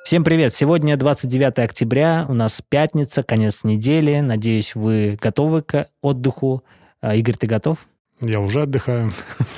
Всем привет! Сегодня 29 октября, у нас пятница, конец недели. Надеюсь, вы готовы к отдыху. Игорь, ты готов? Я уже отдыхаю.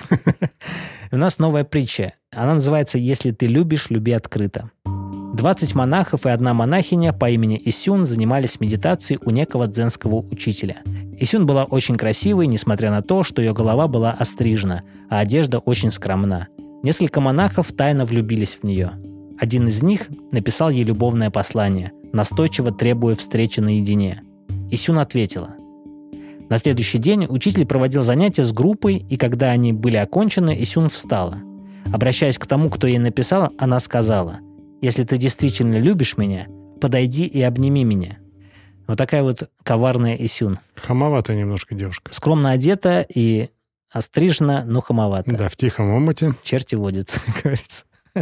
У нас новая притча. Она называется «Если ты любишь, люби открыто». 20 монахов и одна монахиня по имени Исюн занимались медитацией у некого дзенского учителя. Исюн была очень красивой, несмотря на то, что ее голова была острижена, а одежда очень скромна. Несколько монахов тайно влюбились в нее. Один из них написал ей любовное послание, настойчиво требуя встречи наедине. Исюн ответила. На следующий день учитель проводил занятия с группой, и когда они были окончены, Исюн встала. Обращаясь к тому, кто ей написал, она сказала: «Если ты действительно любишь меня, подойди и обними меня». Вот такая вот коварная Исюн. Хамоватая немножко девушка. Скромно одета и острижена, но хамовата. Да, в тихом омуте. Черти водятся, как говорится.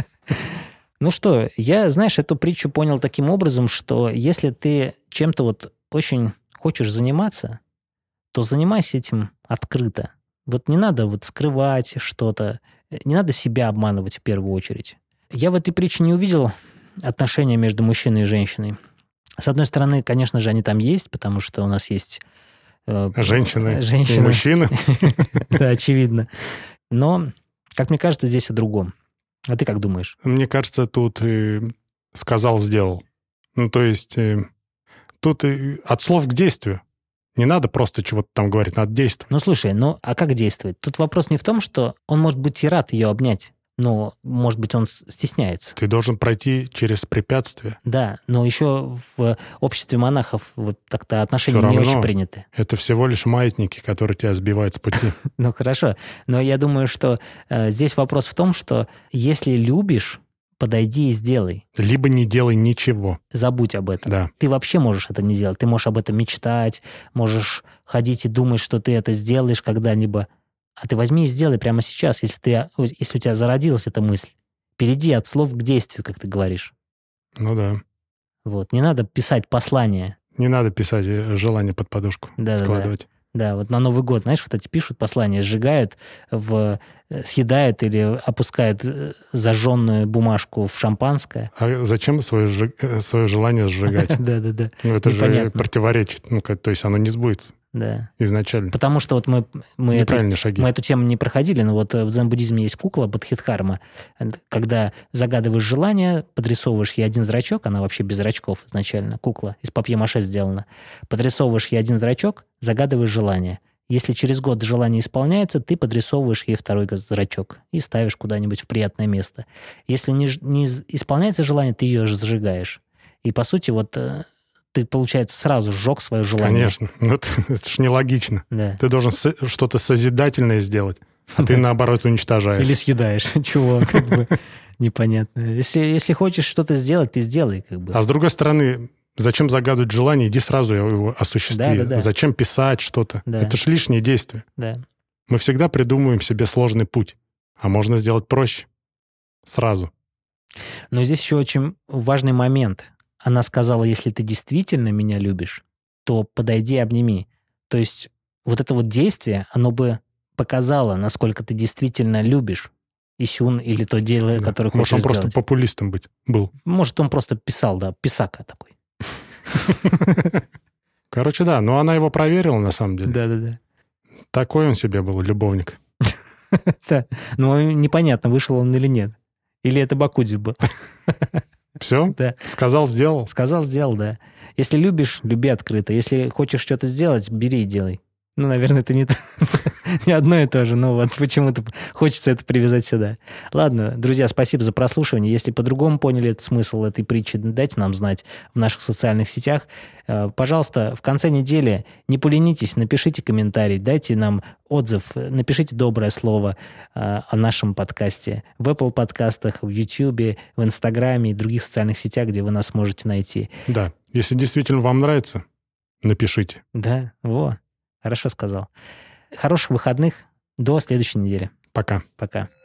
Ну что, я, знаешь, эту притчу понял таким образом, что если ты чем-то вот очень хочешь заниматься, то занимайся этим открыто. Вот не надо вот скрывать что-то, не надо себя обманывать в первую очередь. Я в этой притче не увидел отношения между мужчиной и женщиной. С одной стороны, конечно же, они там есть, потому что у нас есть... Женщины и мужчины. Да, очевидно. Но, как мне кажется, здесь о другом. А ты как думаешь? Мне кажется, тут сказал, сделал. Ну, то есть тут от слов к действию. Не надо просто чего-то там говорить, надо действовать. Ну, слушай, ну, а как действовать? Тут вопрос не в том, что он, может быть, и рад ее обнять, но, может быть, он стесняется. Ты должен пройти через препятствия. Да, но еще в обществе монахов вот так-то отношения не очень приняты. Это всего лишь маятники, которые тебя сбивают с пути. Ну, хорошо. Но я думаю, что здесь вопрос в том, что если любишь, подойди и сделай. Либо не делай ничего. Забудь об этом. Да. Ты вообще можешь это не делать. Ты можешь об этом мечтать, можешь ходить и думать, что ты это сделаешь когда-нибудь. А ты возьми и сделай прямо сейчас, если у тебя зародилась эта мысль. Перейди от слов к действию, как ты говоришь. Ну да. Вот. Не надо писать послания. Не надо писать желание под подушку, складывать. Да, вот на Новый год, знаешь, вот эти пишут послания, сжигают, съедают или опускают зажженную бумажку в шампанское. А зачем свое желание сжигать? Да. Ну, это же противоречит. Ну, то есть оно не сбудется. Да. Изначально. Потому что вот мы эту тему не проходили, но вот в дзен-буддизме есть кукла Бодхидхарма, когда загадываешь желание, подрисовываешь ей один зрачок, она вообще без зрачков изначально, кукла, из папье-маше сделана, подрисовываешь ей один зрачок, загадываешь желание. Если через год желание исполняется, ты подрисовываешь ей второй зрачок и ставишь куда-нибудь в приятное место. Если не исполняется желание, ты ее сжигаешь. И, по сути, вот... ты, получается, сразу сжег свое желание. Конечно. Ну, это ж нелогично. Да. Ты должен что-то созидательное сделать, а ты, наоборот, уничтожаешь. Или съедаешь. Чего? Как бы непонятно. Если хочешь что-то сделать, ты сделай. Как бы. А с другой стороны, зачем загадывать желание? Иди сразу его осуществи. Да. Зачем писать что-то? Да. Это ж лишние действия. Да. Мы всегда придумываем себе сложный путь. А можно сделать проще. Сразу. Но здесь еще очень важный момент. Она сказала, если ты действительно меня любишь, то подойди и обними. То есть вот это вот действие, оно бы показало, насколько ты действительно любишь Исюн или то дело, которое хочешь сделать. Может, он просто популистом был. Может, он просто писал, да, писака такой. Короче, да, но она его проверила, на самом деле. Да. Такой он себе был, любовник. Да, но непонятно, вышел он или нет. Или это Бакудзи был. Все? Да. Сказал, сделал? Сказал, сделал, да. Если любишь, люби открыто. Если хочешь что-то сделать, бери и делай. Ну, наверное, это не одно и то же, но вот почему-то хочется это привязать сюда. Ладно, друзья, спасибо за прослушивание. Если по-другому поняли этот смысл этой притчи, дайте нам знать в наших социальных сетях. Пожалуйста, в конце недели не поленитесь, напишите комментарий, дайте нам отзыв, напишите доброе слово о нашем подкасте в Apple подкастах, в YouTube, в Инстаграме и других социальных сетях, где вы нас можете найти. Да, если действительно вам нравится, напишите. Да, Хорошо сказал. Хороших выходных. До следующей недели. Пока. Пока.